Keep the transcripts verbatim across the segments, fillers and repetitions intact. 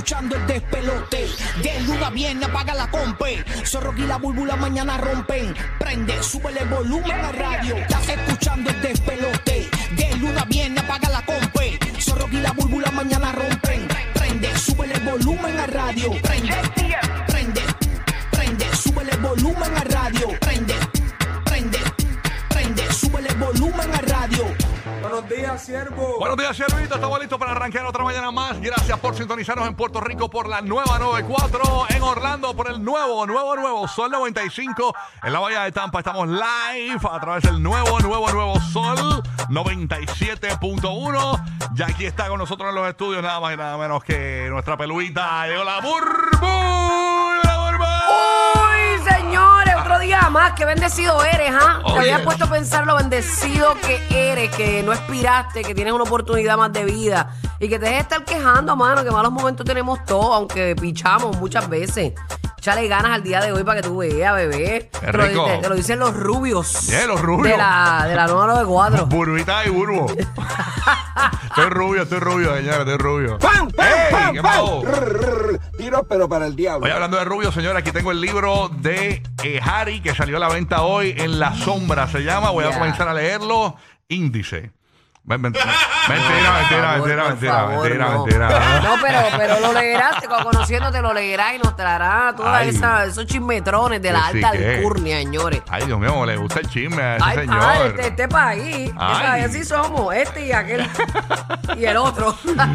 escuchando el despelote. De luna a viernes apaga la compe. Zorro y la búlbula mañana rompen. Prende, sube el volumen a radio. Estás escuchando el despelote. De luna a viernes apaga la compe. Zorro y la búlbula mañana rompen. Prende, sube el volumen a radio. Prende, prende, prende, sube el volumen a radio. Prende, prende, prende, sube el volumen a radio. Buenos días, siervo. Buenos días, siervito. Estamos listos para arrancar otra mañana más. Gracias por sintonizarnos en Puerto Rico por la nueva noventa y cuatro, en Orlando por el nuevo, nuevo, nuevo Sol noventa y cinco. En la Bahía de Tampa estamos live a través del nuevo, nuevo, nuevo Sol noventa y siete punto uno. Ya aquí está con nosotros en los estudios nada más y nada menos que nuestra peluita. Llegó la Burbu. ¡La Burbu! ¡Uy, señores! Otro día más. Qué bendecido eres, ¿ah? Oh, Te había yeah. puesto a pensar lo bendecido que eres, que no expiraste, que tienes una oportunidad más de vida y que te dejes estar quejando, mano, que malos momentos tenemos todos, aunque pichamos muchas veces. Échale ganas al día de hoy para que tú veas, bebé. Qué Te lo, rico. te, te lo dicen los rubios. Yeah, los rubios. De la, de la nueva noventa y cuatro. Burbita y burbo. Estoy rubio, estoy rubio, señores, estoy rubio. ¡Pam, pam, ¡Ey! pam, ¿Qué pam! pasó? Rrr, Tiro, pero para el diablo. Hoy hablando de rubio, señores, aquí tengo el libro de eh, Harry que salió a la venta hoy, En la sombra se llama. Voy a Yeah. comenzar a leerlo. Índice. Ven- ven- Mentira, mentira, Por mentira, favor, mentira, por favor, mentira, no. mentira. No, pero, pero lo leerás, te- conociéndote lo leerás y nos traerá todos Ay. esos chismetrones de la Que sí, alta ¿qué? alcurnia, señores. Ay, Dios mío, le gusta el chisme a ese Ay, señor. padre, este, este país, este Ay. país, así somos, este y aquel y el otro.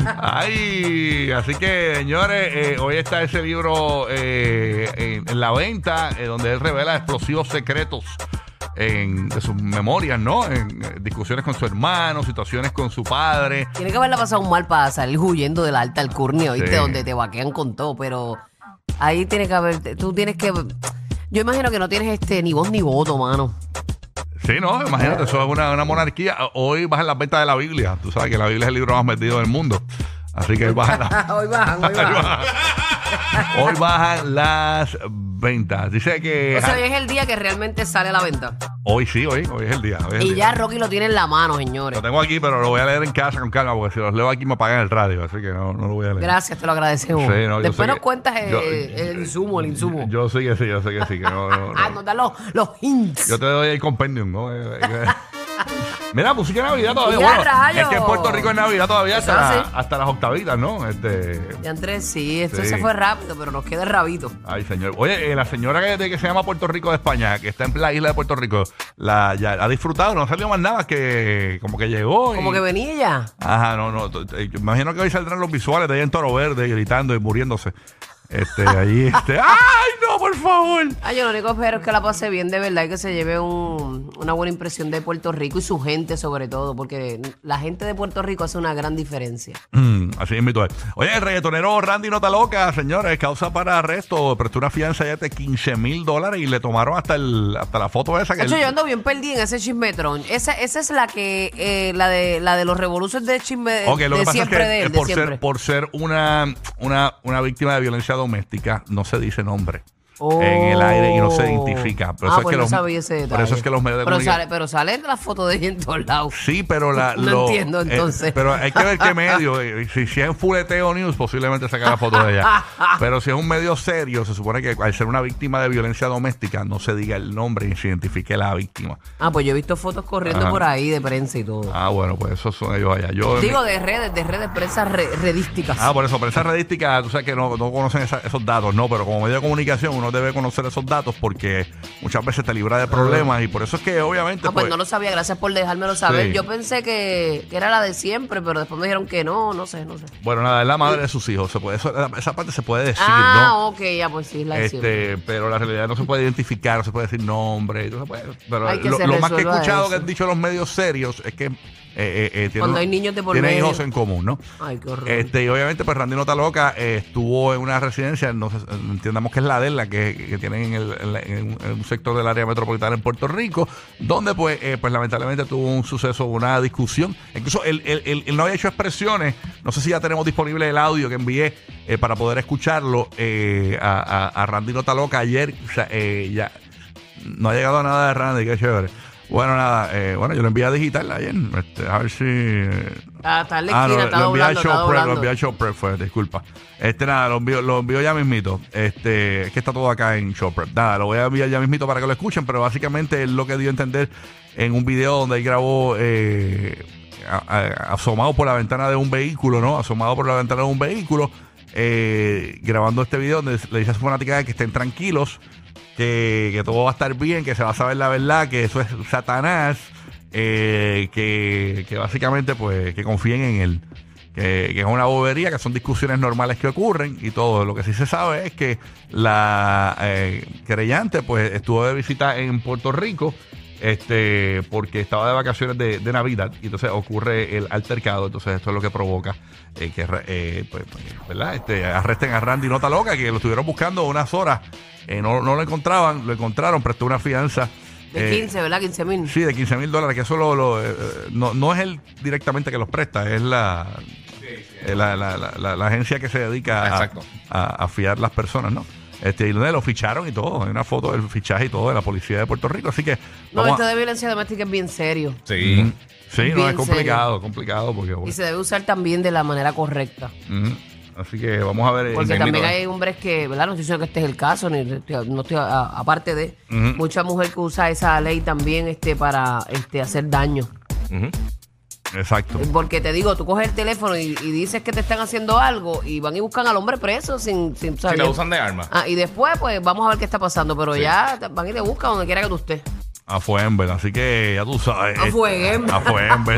Ay, así que, señores, eh, hoy está ese libro eh, en, en la venta, eh, donde él revela explosivos secretos en, de sus memorias, ¿no? En eh, discusiones con su hermano, situaciones con su padre. Tiene que haberla pasado un mal para salir huyendo de la alta alcurnia, ¿viste? Sí. Donde te vaquean con todo, pero ahí tiene que haber, tú tienes que, yo imagino que no tienes este ni voz ni voto, mano. Sí, no, imagínate, eso es una, una monarquía. Hoy bajan las ventas de la Biblia. Tú sabes que la Biblia es el libro más vendido del mundo. Así que hoy bajan las... hoy bajan, hoy bajan. Hoy bajan las ventas. Dice que... O sea, hoy es el día que realmente sale a la venta. Hoy sí, hoy, hoy es el día. Hoy es el Y día. ya Rocky lo tiene en la mano, señores. Lo tengo aquí, pero lo voy a leer en casa con calma, porque si los leo aquí me apagan el radio, así que no, no lo voy a leer. Gracias, te lo agradecemos. Sí, no, yo Después sé nos que- cuentas el, yo- el insumo, el insumo. Yo sé que sí, yo sé que sí, que no, no, no. Ah, nos dan los, los hints. Yo te doy el compendium, ¿no? Eh, eh, Mira, música de Navidad todavía. Mira, Bueno, rayos. es que en Puerto Rico es Navidad todavía hasta, Eso la- sí. hasta las octavitas, ¿no? Este... Ya entré, sí, esto Sí. se fue rápido, pero nos queda el rabito. Ay, señor. Oye, eh, la señora que, de que se llama Puerto Rico de España, que está en la isla de Puerto Rico, la ya ha disfrutado, no ha salido más nada, que como que llegó. y- Como que venía ya. Ajá, no, no. t- t- Imagino que hoy saldrán los visuales de ella en Toro Verde gritando y muriéndose. Este, ahí, este. ¡Ay, no, por favor! Ay, yo lo único que espero es que la pase bien de verdad y que se lleve un- una buena impresión de Puerto Rico y su gente sobre todo, porque la gente de Puerto Rico hace una gran diferencia. Mm, así es mi tuer. Oye, el reggaetonero Randy Nota Loca, señores, causa para arresto. Prestó una fianza ya de quince mil dólares y le tomaron hasta el hasta la foto esa. Que De hecho, él- yo ando bien perdida en ese chismetrón. Esa, esa es la que, eh, la de la de los revoluciones de chisme Ok, lo de que pasa siempre es que de eh, él, de por, siempre. ser, por ser una, una, una víctima de violencia doméstica, no se dice nombre Oh. en el aire y no se identifica. Por ah, eso pues es que no los, sabía ese detalle. por eso es que los medios de pero comunicación... sale, pero sale la foto de ella en todos lados. Sí, pero la, No lo- entiendo, eh, entonces. pero hay que ver qué medio. eh, Si, si es en Fuleteo News, posiblemente saca la foto de ella. Pero si es un medio serio, se supone que al ser una víctima de violencia doméstica, no se diga el nombre y se identifique la víctima. Ah, pues yo he visto fotos corriendo Ajá. por ahí de prensa y todo. Ah, bueno, pues esos son ellos allá. Yo, Digo, de redes, de redes prensa re- redísticas. Ah, por eso, prensa redística, tú sabes que no, no conocen esa- esos datos, no, pero como medio de comunicación uno debe conocer esos datos porque muchas veces te libra de problemas y por eso es que obviamente... Ah, pues no lo sabía, gracias por dejármelo saber. Sí. Yo pensé que, que era la de siempre, pero después me dijeron que no, no sé, no sé. Bueno, nada, es la madre de sus hijos, se puede, eso- esa parte se puede decir, ah, ¿no? ok, ya pues sí, es la de siempre. Este, pero la realidad no se puede identificar, no se puede decir nombre, no se puede- pero Hay que lo, se lo más que he resuelva escuchado eso. que han dicho los medios serios es que eh, eh, eh, tienen, Cuando hay niños de por tienen medio. hijos en común, ¿no? Ay, qué horror. Este, y obviamente, pues Randy Nota Loca eh, estuvo en una residencia, no sé, entendamos que es la de él, la que, que tienen en, el- en la- en un, en un sector del área metropolitana en Puerto Rico, donde pues, eh, pues lamentablemente tuvo un suceso, una discusión. Incluso él, él- él- él no había hecho expresiones, no sé si ya tenemos disponible el audio que envié eh, para poder escucharlo eh, a, a- a Randy Nota Loca ayer. O sea, eh, ya no ha llegado nada de Randy, qué chévere. Bueno, nada, eh, bueno, yo lo envié a digital ayer, este, a ver si... eh, Ah, está en la Ah, esquina, no, está lo envié a doblando, está Showprep, lo doblando. envié a Showprep, fue, disculpa. Este, nada, lo envío, lo envío ya mismito. Este, es que está todo acá en Showprep. Nada, lo voy a enviar ya mismito para que lo escuchen, pero básicamente es lo que dio a entender en un video donde él grabó eh, a- a- asomado por la ventana de un vehículo, ¿no? Asomado por la ventana de un vehículo, eh, grabando este video donde le dice a su fanática que estén tranquilos, que, que todo va a estar bien, que se va a saber la verdad, que eso es Satanás. Eh, que, que básicamente pues que confíen en él, que, que es una bobería, que son discusiones normales que ocurren y todo. Lo que sí se sabe es que la eh, querellante pues estuvo de visita en Puerto Rico, este porque estaba de vacaciones de, de Navidad, y entonces ocurre el altercado. Entonces esto es lo que provoca eh, que eh, pues, ¿verdad? Este, arresten a Randy Nota Loca, que lo estuvieron buscando unas horas, eh, no, no lo encontraban, lo encontraron, prestó una fianza De eh, quince, ¿verdad? quince mil. Sí, de quince mil dólares, que eso lo, lo, eh, no, no es él directamente que los presta, es la, eh, la, la, la, la- la agencia que se dedica a, Exacto. a, a fiar las personas, ¿no? Este, y donde lo ficharon y todo, hay una foto del fichaje y todo de la policía de Puerto Rico, así que No, vamos esto a- de violencia doméstica es bien serio. Sí. Ujú. Sí, no, Bien es complicado, complicado, porque Y bueno, se debe usar también de la manera correcta. ujú. Así que vamos a ver. eh, Porque Mismito, también ¿eh? hay hombres que, ¿verdad? No estoy diciendo que este es el caso, ni estoy- no estoy a- aparte de Ujú. mucha mujer que usa esa ley también este para este hacer daño. Ujú. Exacto. Porque te digo, tú coges el teléfono y, y dices que te están haciendo algo y van y buscan al hombre preso sin, sin Si saber. la usan de arma. Ah, y después, pues vamos a ver qué está pasando. Pero Sí. ya te- van y te buscan donde quiera que tú estés. A Fuember, así que ya tú sabes. A eh, Fuember. A Fuember.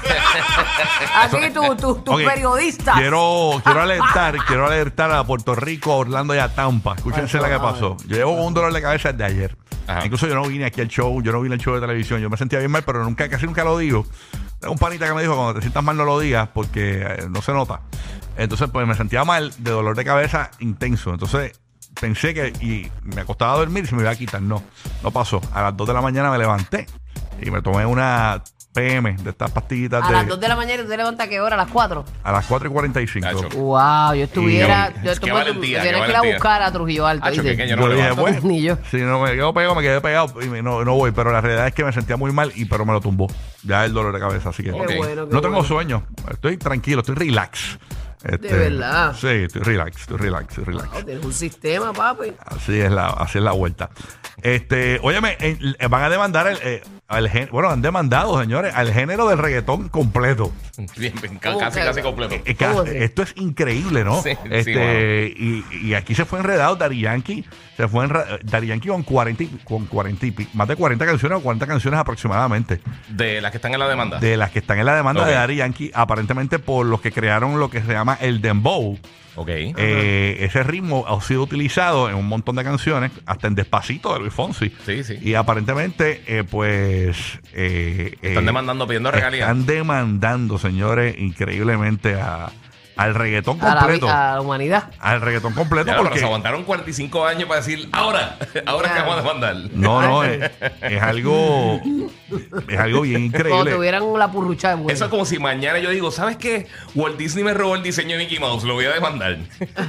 Así tú, tú, tus Ok, periodistas. Quiero, quiero alertar, quiero alertar a Puerto Rico, a Orlando y a Tampa. Escúchense Ay, la que suave. pasó. Yo llevo con un dolor de cabeza desde ayer. Ajá. Incluso yo no vine aquí al show, yo no vine al show de televisión. Yo me sentía bien mal, pero nunca, casi nunca lo digo. Tengo un panita que me dijo, cuando te sientas mal no lo digas porque eh, no se nota. Entonces, pues me sentía mal, de dolor de cabeza intenso. Entonces, pensé que, y me acostaba a dormir y se me iba a quitar. No, no pasó. A las dos de la mañana me levanté y me tomé una P M de estas pastillitas A de, las dos de la mañana y tú te levantas a qué hora, a las cuatro. a las cuatro y cuarenta y cinco. Nacho. Wow, yo estuviera. Y- yo qué tú me- valentía, tienes qué que ir a valentía. buscar a Trujillo Alto. Hacho, ¿oíste? que yo no Yo me dije, levanto. bueno, Ni yo. si no me quedo pegado, me quedé pegado y me- no, no voy, pero la realidad es que me sentía muy mal y pero me lo tumbó. Ya el dolor de cabeza, así que Qué Qué bueno, qué no tengo bueno. sueño. Estoy tranquilo, estoy relax. Este, De verdad. Sí, estoy relax, estoy relax, estoy relax. Wow, tienes un sistema, papi. Así es la, así es la vuelta. Este, óyeme, eh, eh, van a demandar el, eh, al gen- bueno, han demandado, señores, al género del reggaetón completo. Bien, bien, ca- ¿Cómo casi, que? casi completo. Eh, ca- ¿Cómo así? esto es increíble, ¿no? Sí, sí, este, y, y aquí se fue enredado Daddy Yankee. Se fue enredado Daddy Yankee con cuarenta, y- con cuarenta y pi- más de cuarenta canciones o cuarenta canciones aproximadamente. De las que están en la demanda. De las que están en la demanda Ok. de Daddy Yankee, aparentemente por los que crearon lo que se llama el dembow. Ok. Eh, ese ritmo ha sido utilizado en un montón de canciones, hasta en Despacito de Luis Fonsi. Sí, sí. Y aparentemente, eh, pues. eh, Están eh, demandando, pidiendo regalías. Están demandando, señores, increíblemente a, al reggaetón A la, vi- completo. a la humanidad. Al reggaetón completo, Ya, pero porque. se aguantaron cuarenta y cinco años para decir, ahora, ahora es que Ya. vamos a demandar. No, no, es, es algo. Es algo bien Cuando increíble. tuvieran la purrucha de bueno. Eso es como si mañana yo digo, ¿sabes qué? Walt Disney me robó el diseño de Mickey Mouse, lo voy a demandar.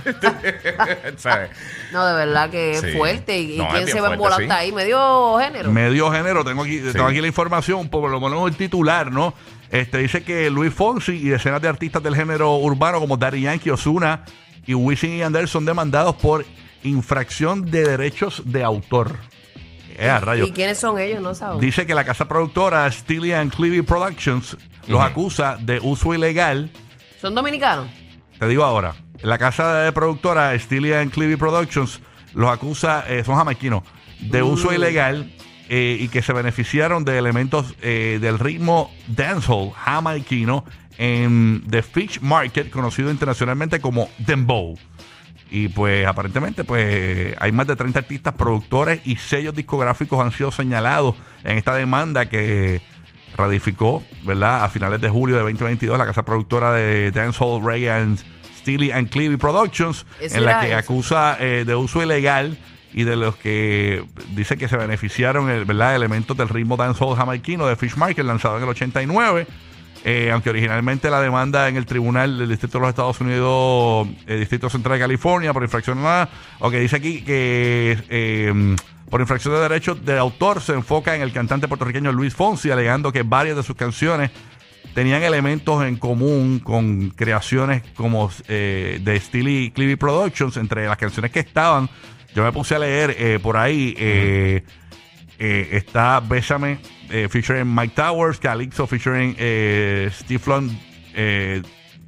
¿Sabes? No, de verdad que es Sí. fuerte. ¿Y, y No, es quién bien se va en fuerte, volanta sí. ahí? ¿Medio género? Medio género, tengo aquí, Sí. tengo aquí la información, por lo menos el titular, ¿no? Este dice que Luis Fonsi y decenas de artistas del género urbano como Daddy Yankee, Ozuna y Wisin y Yandel son demandados por infracción de derechos de autor. Eh, a rayos. ¿Y quiénes son ellos? No sabes. Dice que la casa productora Steely and Clevey Productions los Ujú. acusa de uso ilegal. ¿Son dominicanos? Te digo ahora, la casa de productora Steely and Clevey Productions los acusa, eh, son jamaiquinos, de uso ilegal eh, y que se beneficiaron de elementos eh, del ritmo dancehall jamaiquino en The Fish Market, conocido internacionalmente como Dembow. Y pues aparentemente pues hay más de treinta artistas, productores y sellos discográficos han sido señalados en esta demanda que ratificó, ¿verdad? A finales de julio de veinte veintidós la casa productora de Dancehall Reggae and Steely and Clevey Productions, Eso en la era que eso. acusa eh, de uso ilegal y de los que dice que se beneficiaron, eh, ¿verdad? Elementos del ritmo dancehall jamaiquino de Fish Market, lanzado en el ochenta y nueve. Eh, aunque originalmente la demanda en el Tribunal del Distrito de los Estados Unidos, el Distrito Central de California, por infracción nada, o que dice aquí que eh, por infracción de derechos de autor se enfoca en el cantante puertorriqueño Luis Fonsi, alegando que varias de sus canciones tenían elementos en común con creaciones como eh, de Steely Clivey Productions. Entre las canciones que estaban, yo me puse a leer eh, por ahí, eh, eh, está Bésame, eh, featuring Mike Towers, Calypso featuring eh, Steve Lund, eh,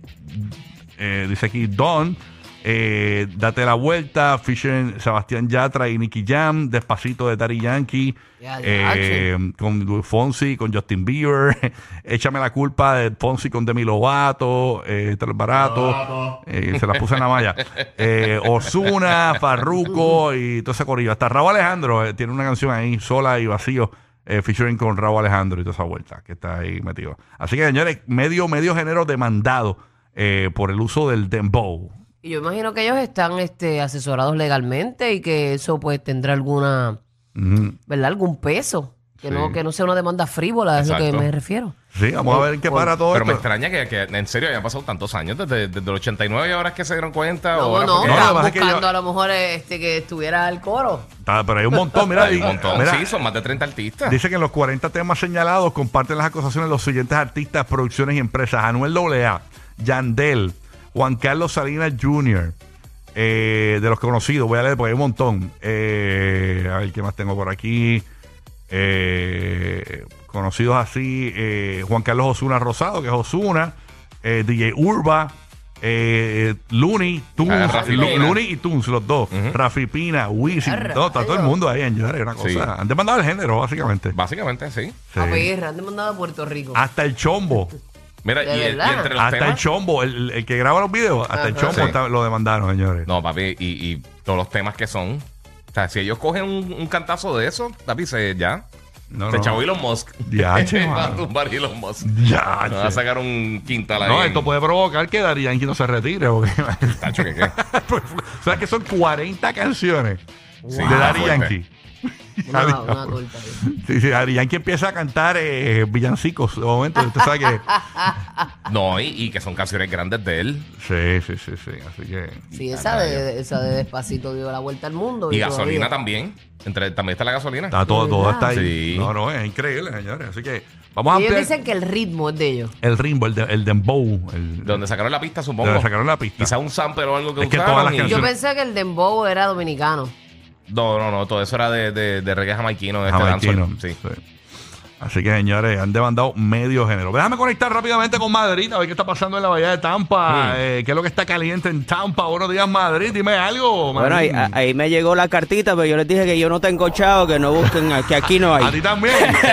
eh, dice aquí Don, eh, Date la Vuelta, featuring Sebastián Yatra y Nicky Jam, Despacito de Daddy Yankee, Ya, ya, eh, con Luis Fonsi, con Justin Bieber, Échame la Culpa de Fonsi con Demi Lovato, eh, Este es barato, eh, se las puse en la malla, eh, Ozuna, Farruko y todo ese corillo. Hasta Raúl Alejandro eh, tiene una canción ahí, Sola y Vacío, eh, featuring con Raúl Alejandro y toda esa vuelta que está ahí metido. Así que, señores, medio, medio género demandado eh, por el uso del dembow. Y yo imagino que ellos están este, asesorados legalmente y que eso pues tendrá alguna, Mm. ¿verdad? Algún peso. Que, Sí. no, que no sea una demanda frívola, es lo que Exacto. me refiero. Sí, vamos a ver en qué para todo Pero me esto. extraña que, que en serio hayan pasado tantos años, desde, desde el ochenta y nueve y ahora es que se dieron cuenta. o No, ahora no, fue que- No, lo que estaban pasa es que buscando yo- a lo mejor este, que estuviera el coro. Está, pero hay un montón, mira. Hay y- un montón. mira, Sí, son más de treinta artistas. dice que en los cuarenta temas señalados comparten las acusaciones los siguientes artistas, producciones y empresas: Anuel A A, Yandel, Juan Carlos Salinas junior Eh, de los conocidos, voy a leer porque hay un montón. Eh, a ver qué más tengo por aquí. Eh, conocidos así: eh, Juan Carlos Ozuna Rosado, que es Ozuna, eh, D J Urba, eh, Looney, Tunes, Ah, Rafi Lu- Pina. Looney y Tunes, los dos. Ujú. Rafi Pina, Wisin, Ah, todo, está todo el rayos. mundo ahí, señores, una cosa. Sí. Han demandado el género, básicamente. Básicamente, sí. Sí. A ver, han demandado a Puerto Rico. Hasta el chombo. Mira, ¿De y, el- y verdad? entre los Hasta el temas. chombo, el, el que graba los videos, hasta el Ajá. chombo Sí. está- lo demandaron, señores. No, papi, y, y todos los temas que son. O sea, si ellos cogen un, un cantazo de eso, papi, se ya. No, se no. echó Elon Musk. Diache, Va a mano. tumbar Elon Musk. Ya, No va a sacar un quintal ahí. no, en- esto puede provocar que Daddy Yankee no se retire. Porque, Tacho, ¿qué, qué? o sea, que son cuarenta canciones Sí, de está Daddy fuerte. Yankee. Una, una torta. ahí. Sí, sí, Daddy Yankee empieza a cantar eh, villancicos de momento. Usted sabe que. No, y, y que son canciones grandes de él. Sí, sí, sí, sí. Así que. Sí, esa de, esa de Despacito dio la vuelta al mundo. Y todavía- gasolina también. Entre, también está la gasolina. Está todo, todo está ahí. Sí. No, no, es increíble, señores. Así que vamos a Ellos ampliar dicen que el ritmo es de ellos. el ritmo, el, de, el dembow. El, De donde sacaron la pista, supongo. de donde sacaron la pista. Quizá un sample o algo que Es que usaron. todas las y- canciones- Yo pensé que el dembow era dominicano. No, no, no. Todo eso era de, de, de reggae jamaiquino. De este Jamaiquino. dancehall. Sí. Sí. Así que, señores, han demandado medio género. Déjame conectar rápidamente con Madrid, a ver qué está pasando en la bahía de Tampa. Mm. Eh, qué es lo que está caliente en Tampa. Buenos días, Madrid. Dime algo, Bueno, ahí, Madrid. ahí me llegó la cartita, pero yo les dije que yo no tengo chavo, que no busquen, que aquí no A ti hay. también.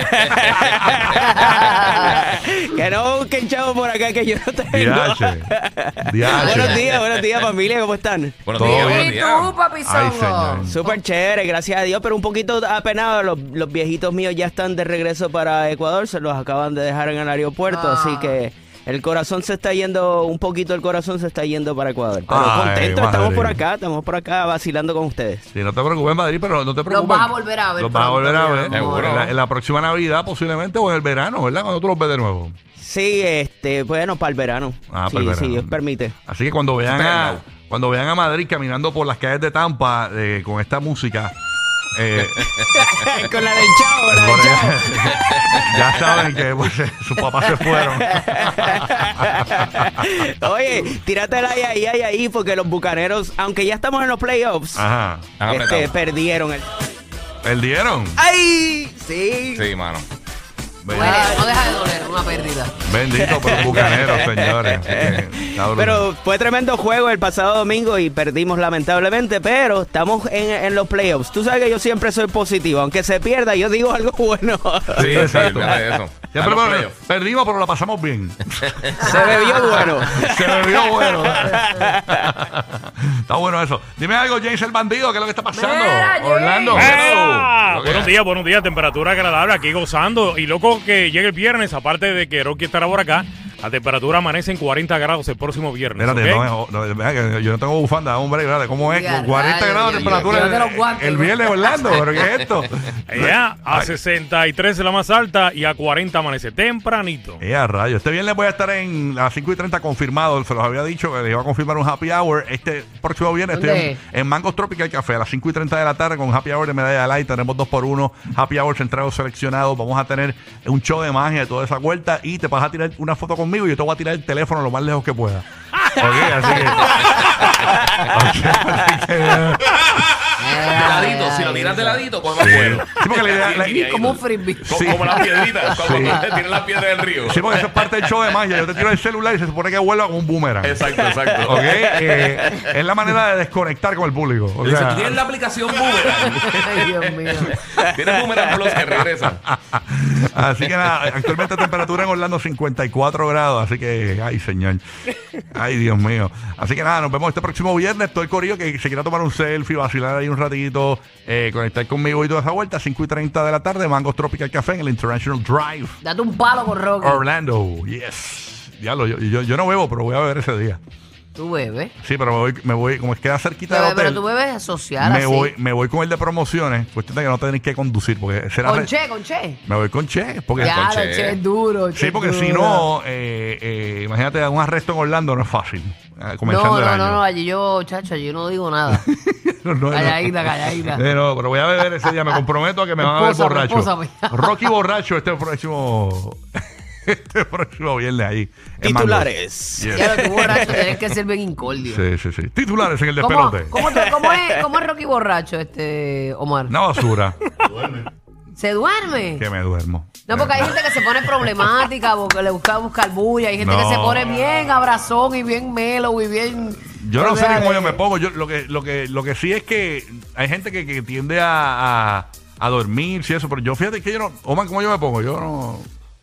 Que no busquen chavo por acá, que yo no tengo. Diache. Diache. Buenos días, buenos días, familia, ¿cómo están? Buenos Todo días, bien. buenos ¿Y días. tú, papi Ay, Songo? señor. Súper chévere, gracias a Dios, pero un poquito apenado. Los, los viejitos míos ya están de regreso para Ecuador, se los acaban de dejar en el aeropuerto, Ah. así que el corazón se está yendo, un poquito el corazón se está yendo para Ecuador. Pero Ay, contento, estamos madre. por acá, estamos por acá vacilando con ustedes. Sí, no te preocupes, Madrid, pero no te preocupes. vas a volver a ver Los vas a pronto, volver a mi ver. amor. En la, en la próxima Navidad, posiblemente, o en el verano, ¿verdad? Cuando tú los ves de nuevo. Sí, este, bueno, para el verano. Ah, sí, para el verano. sí, Dios permite. Así que cuando vean a, Estupendo. cuando vean a Madrid caminando por las calles de Tampa eh, con esta música, eh, Con la del chavo, la del chavo. ya saben que pues, sus papás se fueron. Oye, tíratela ahí, ahí, ahí, ahí, porque los bucaneros, aunque ya estamos en los playoffs, Ajá. Han este, apretado. perdieron el. ¿Perdieron? ¡Ay! Sí. Sí, mano. Duele, no deja de doler, una pérdida. Bendito por los bucaneros, señores. Así que, está brutal. Pero fue tremendo juego el pasado domingo y perdimos lamentablemente, pero estamos en, en los playoffs. Tú sabes que yo siempre soy positivo, aunque se pierda, yo digo algo bueno. Sí, Sí, exacto. olvídate de eso. Siempre A los bueno, playoffs. perdimos, pero la pasamos bien. Se bebió bueno. Se bebió bueno. Está bueno eso. Dime algo, James el bandido, ¿qué es lo que está pasando? Mira, James. Orlando. ¡Ah! hello. Buenos días, buenos días, temperatura agradable aquí gozando y loco que llegue el viernes, aparte de que Rocky estará por acá, La temperatura amanece en cuarenta grados el próximo viernes. Espérate, ¿ok? no, no, no, que yo no tengo bufanda, hombre, espérate, ¿cómo es? Ya, Con cuarenta rayos, grados de ya, temperatura llévate los el, guantes, el güey. viernes, Orlando, ¿pero qué es esto? Ya, a Ay. sesenta y tres es la más alta y a cuarenta amanece tempranito. Eh, a rayos. Este viernes voy a estar en las cinco y treinta confirmado. Se los había dicho que les iba a confirmar un happy hour. Este próximo viernes estoy ¿Dónde? en, en Mangos Tropical Café a las cinco y treinta de la tarde con happy hour de Medalla Light. Tenemos dos por uno. Happy hour centrado seleccionado. Vamos a tener un show de magia de toda esa vuelta y te vas a tirar una foto conmigo y yo te voy a tirar el teléfono lo más lejos que pueda. Ok, así que. Ok, así que- De ladito, si lo tiras de ladito, cogemos vuelo. Sí, porque la idea- la- Y- y ahí- Como un frisbee. Co- Sí. Como las piedritas, Sí. cuando tienes las piedras del río. Sí, porque eso es parte del show de magia. Yo te tiro el celular y se supone que vuelva como un boomerang. Exacto, exacto. Ok, eh, es la manera de desconectar con el público. O Dice, sea, tú tienes la aplicación Boomerang. Ay, Dios mío. Tienes Boomerang Plus que regresa. así que nada, actualmente temperatura en Orlando cincuenta y cuatro grados, así que, ay señor, ay Dios mío. Así que nada, nos vemos este próximo viernes. Todo el corillo que se quiera tomar un selfie, vacilar ahí un ratito, eh, conectar conmigo y toda esa vuelta, cinco y treinta de la tarde, Mangos Tropical Café en el International Drive, Date un palo con Rocky. Orlando. Yes. Diablo, yo, yo, yo no bebo, pero voy a beber ese día. Tú bebes. Sí, pero me voy, me voy como es queda cerquita Bebé, del pero hotel. tú bebes a social Me así. voy, me voy con el de promociones, cuestión de que no tenéis que conducir, porque será Con re- Che, con Che. me voy con Che, porque Ya, con lo Che. Che es duro. Che sí, es porque si duro. no, eh, eh, imagínate un arresto en Orlando no es fácil, eh, comenzando No, el no, año. no, no, allí yo, chacho, allí yo no digo nada. No, no, no. Calladita, calladita. Eh, no, pero voy a beber ese día, me comprometo a que me van a ver Espósame, borracho. espósame. Rocky borracho este próximo este próximo viernes ahí. en Mango. Titulares. Yes. Ya lo tu borracho tienes que ser bien incordio. Sí, sí, sí. Titulares en el ¿Cómo, despelote. cómo, tú- cómo es, ¿Cómo es Rocky borracho, este Omar? Una basura ¿Se duerme? que me duermo. No, porque hay gente que se pone problemática, porque le busca buscar bulla. Hay gente No. que se pone bien abrazón y bien mellow y bien... Yo no sé ni cómo yo me Olvídate. pongo. Yo lo que, lo que, lo que sí es que hay gente que, que tiende a, a, a dormir y eso, pero yo fíjate que yo no. Oman, ¿cómo yo me pongo? Yo no.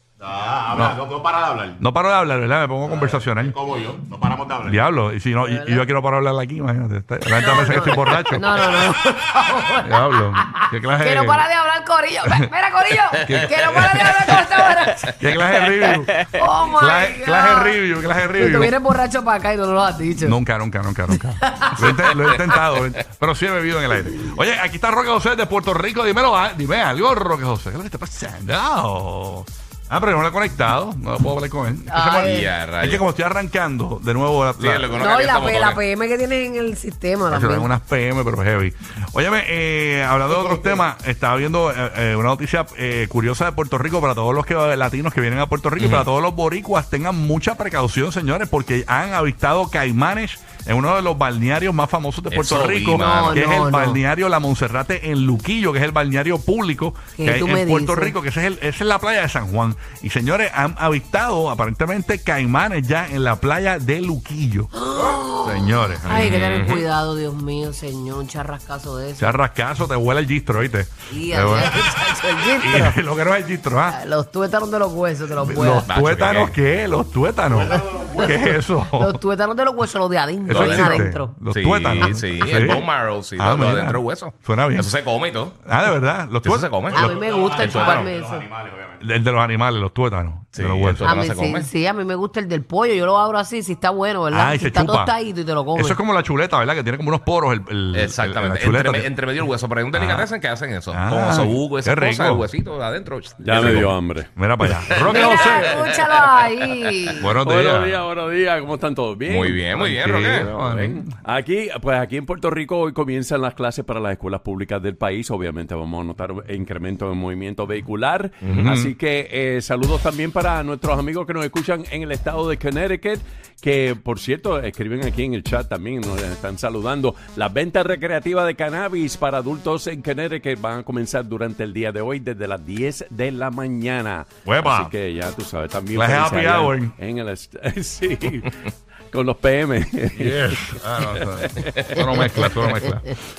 Ah, habla, no, no para de hablar. No paro de hablar, ¿verdad? Me pongo conversacional. Como yo, no paramos de hablar. Diablo, y si no, y, y yo quiero parar de hablar aquí, imagínate. Está- La gente piensa que estoy borracho. No, no, no. Diablo. ¿Qué clase Que no para de hablar, Corillo. Mira, Corillo. Que no para de hablar con esta borracho. ¿Qué clase de review? Oh, my Clase, God. clase de review, clase de Que tú review. vienes borracho para acá y no lo has dicho. Nunca, nunca, nunca, nunca. Lo he, inte- lo he intentado, pero sí he bebido en el aire. Oye, aquí está Roque José de Puerto Rico. Dímelo, ah, dime algo, Roque José. ¿Qué es lo que está pasando? Ah, pero yo no lo he conectado. No puedo hablar con él. Es que, Ay. se me- Ya, es rayos. que como estoy arrancando de nuevo la, Sí, la- lo que uno No, y calienta la, P- motores. la P M que tienes en el sistema se ven también. unas P M, pero heavy. Óyeme, eh, hablando de otros temas, estaba viendo eh, eh, una noticia eh, curiosa de Puerto Rico para todos los que, latinos que vienen a Puerto Rico y para todos los boricuas. Tengan mucha precaución, señores, porque han avistado caimanes en uno de los balnearios más famosos de Puerto Eso vi, Rico, mano. que No, es el no. balneario La Monserrate en Luquillo, que es el balneario público ¿Qué que hay tú en me Puerto dices? Rico, que ese es el, esa es la playa de San Juan. Y señores, han avistado aparentemente caimanes ya en la playa de Luquillo. Señores. Ay, hay que tener cuidado, Dios mío, señor. Un charrascazo de eso. Se rascazo, te huele el gistro, ¿viste? Y Te huele- muchacho, el gistro. y lo que no es el gistro, ¿ah? Los tuétanos de los huesos te los Los puedo. Nacho, tuétanos, ¿qué? ¿qué? Los tuétanos. ¿Qué es eso? Los tuétanos de los huesos, los de adentro, Eso bien existe. adentro. Los Sí, tuétanos. sí, el bone marrow, sí, Ah, lo- lo mira. adentro del hueso. Suena bien. Eso se come y todo. Ah, de verdad. Los Eso tuét- se come. A mí me gusta el chuparme tuétano. eso. El de los animales, los tuétanos. Sí, de los el huesos. tuétano. A mí se sí, come. sí, a mí me gusta el del pollo. Yo lo abro así, si está bueno, ¿verdad? Ah, y si se está chupa. tostadito y te lo comes. Eso es como la chuleta, ¿verdad? Que tiene como unos poros. El, el- Exactamente. el- la chuleta. entre, entre medio del hueso. Pero hay un delicatessen que hacen eso. Ah, con osobuco, esa qué rico. cosa, el huesito de adentro. Ya me dio hambre. Mira para allá. Roque Mira, José. escúchalo ahí. Buenos días. Buenos días, buenos días. ¿Cómo están todos? ¿Bien? Muy bien, muy bien, Roque. Tranquilo, Ven. Aquí, pues aquí en Puerto Rico hoy comienzan las clases para las escuelas públicas del país. Obviamente vamos a notar un incremento en movimiento vehicular. Así que eh, saludos también para nuestros amigos que nos escuchan en el estado de Connecticut, que por cierto escriben aquí en el chat también, nos están saludando. Las ventas recreativas de cannabis para adultos en Connecticut van a comenzar durante el día de hoy desde las diez de la mañana. ¡Huepa! Así que ya tú sabes, también Clase felices happy allá hour. en el est- sí, con los P M. Yes. Ah, no, eso, eso no mezcla, eso no mezcla.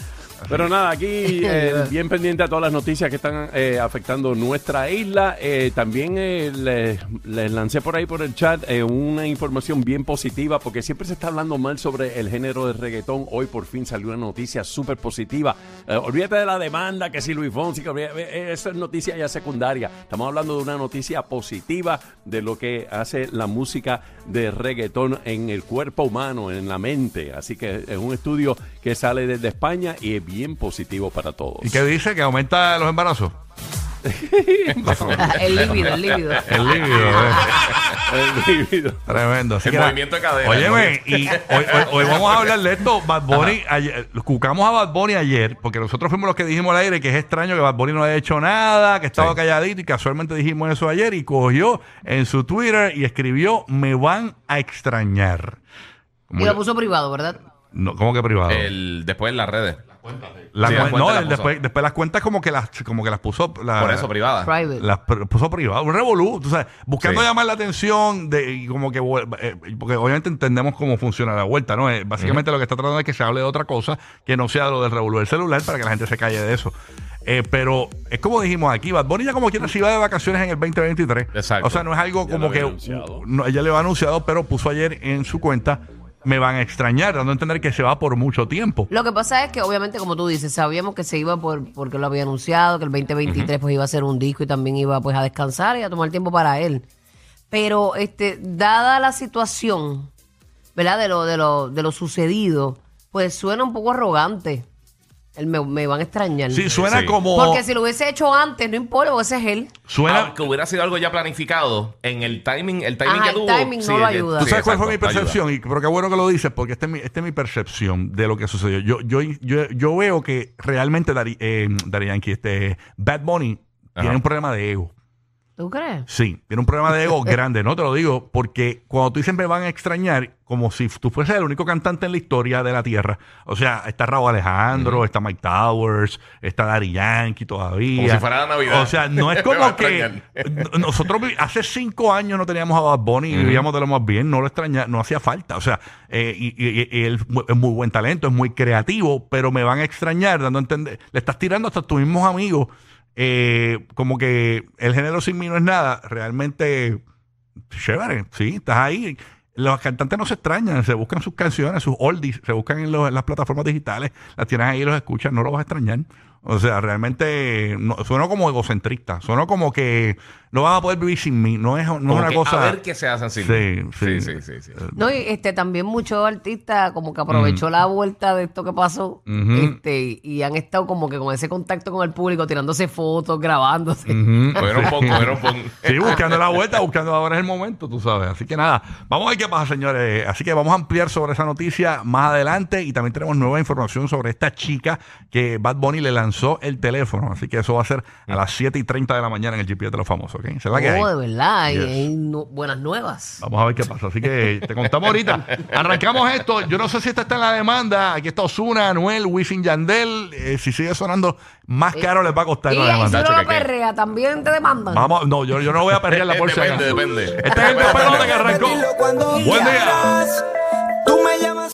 Pero nada, aquí eh, bien pendiente a todas las noticias que están eh, afectando nuestra isla. Eh, también eh, les, les lancé por ahí por el chat eh, una información bien positiva, porque siempre se está hablando mal sobre el género de reggaetón. Hoy por fin salió una noticia súper positiva. Eh, olvídate de la demanda, que si Luis Fonsi, que olvídate, esa es noticia ya secundaria. Estamos hablando de una noticia positiva de lo que hace la música de reggaetón en el cuerpo humano, en la mente. Así que es un estudio que sale desde España y es bien positivo para todos. ¿Y qué dice? ¿Que aumenta los embarazos? el líbido, el líbido. El líbido, eh. El líbido. Tremendo. Así El que, movimiento de cadena. Óyeme, y hoy, hoy, hoy vamos a hablar de esto. Bad Bunny, ayer, cucamos a Bad Bunny ayer, porque nosotros fuimos los que dijimos al aire que es extraño que Bad Bunny no haya hecho nada, que estaba Sí. calladito, y casualmente dijimos eso ayer, y cogió en su Twitter y escribió: me van a extrañar. Como Y lo yo- puso privado, ¿verdad? no, ¿cómo que privado? El, después en las redes. La Sí, cuen- las cuentas no, las el- puso. después, después las cuentas como que las como que las puso la- Por eso, privada. Private. las pr- puso privado, un revolú, tú sabes, buscando Sí. llamar la atención de y como que vuel- eh, porque obviamente entendemos cómo funciona la vuelta, ¿no? Eh, básicamente lo que está tratando es que se hable de otra cosa que no sea lo del revolú del celular para que la gente se calle de eso. Eh, pero es como dijimos aquí, Bad Bunny ya como quiera se iba de vacaciones en el veinte veintitrés. Exacto. O sea, no es algo Ya como lo que había anunciado. no, ella le va anunciado, pero puso ayer en su cuenta: me van a extrañar, dando a entender que se va por mucho tiempo. Lo que pasa es que, obviamente, como tú dices, sabíamos que se iba por porque lo había anunciado, que el veinte veintitrés pues iba a ser un disco y también iba pues a descansar y a tomar tiempo para él. Pero, este, dada la situación, ¿verdad? De lo, de lo, de lo sucedido, pues suena un poco arrogante. Él me, me van a extrañar. Sí, suena Sí. como Porque si lo hubiese hecho antes, no importa, porque ese es él. suena Aunque hubiera sido algo ya planificado, en el timing, el timing Ajá, que el tuvo. timing no lo el- ayuda. ¿Tú sí, sabes cuál fue mi exacto, ayuda. percepción? Y, pero qué bueno que lo dices, porque esta es mi, esta es mi percepción de lo que sucedió. Yo, yo, yo, yo veo que realmente Dari, eh, Daddy Yankee, este, Bad Bunny, tiene Ajá. un problema de ego. ¿Tú crees? Sí, tiene un problema de ego grande, ¿no? Te lo digo, porque cuando tú dices me van a extrañar, como si tú fueses el único cantante en la historia de la tierra. O sea, está Raúl Alejandro, está Mike Towers, está Daddy Yankee todavía. Como si fuera la Navidad. O sea, no es Me va a como que extrañar. n- nosotros vi- hace cinco años no teníamos a Bad Bunny y vivíamos de lo más bien, no lo extraña, no hacía falta. O sea, eh, y, y- y él es muy buen talento, es muy creativo, pero me van a extrañar, dando a entender, le estás tirando hasta a tus mismos amigos. Eh, como que el género sin mí no es nada, realmente chévere, sí, estás ahí. Los cantantes no se extrañan, se buscan sus canciones, sus oldies, se buscan en, los- en las plataformas digitales, las tienes ahí y los escuchas, no los vas a extrañar. O sea, realmente no, suena como egocentrista, suena como que no vas a poder vivir sin mí, no es, no es Como una que cosa. A ver qué se hacen sin Sí, mí. sí. sí, sí, sí, sí. No, y este también muchos artistas como que aprovechó la vuelta de esto que pasó, Ujú. este, y han estado como que con ese contacto con el público, tirándose fotos, grabándose. Ujú. Cogieron pon, cogieron pon. Sí, buscando la vuelta, buscando ahora es el momento, tú sabes. Así que nada, vamos a ver qué pasa, señores. Así que vamos a ampliar sobre esa noticia más adelante y también tenemos nueva información sobre esta chica que Bad Bunny le lanzó el teléfono. Así que eso va a ser a las siete y treinta de la mañana en el G P S de los famosos, ¿ok? Esa es la que hay. Oh, de verdad, y Yes. hay no- buenas nuevas. Vamos a ver qué pasa. Así que te contamos ahorita. Arrancamos esto. Yo no sé si esta está en la demanda. Aquí está Ozuna, Anuel, Wisin Yandel. Eh, si sigue sonando, más caro les va a costar Y, la y si demanda. uno Nacho, lo ¿qué, qué? perrea, también te demandan. Vamos, no, yo, yo no voy a perder la por si Depende, acaso. depende. Este es el pelote que arrancó. Buen día.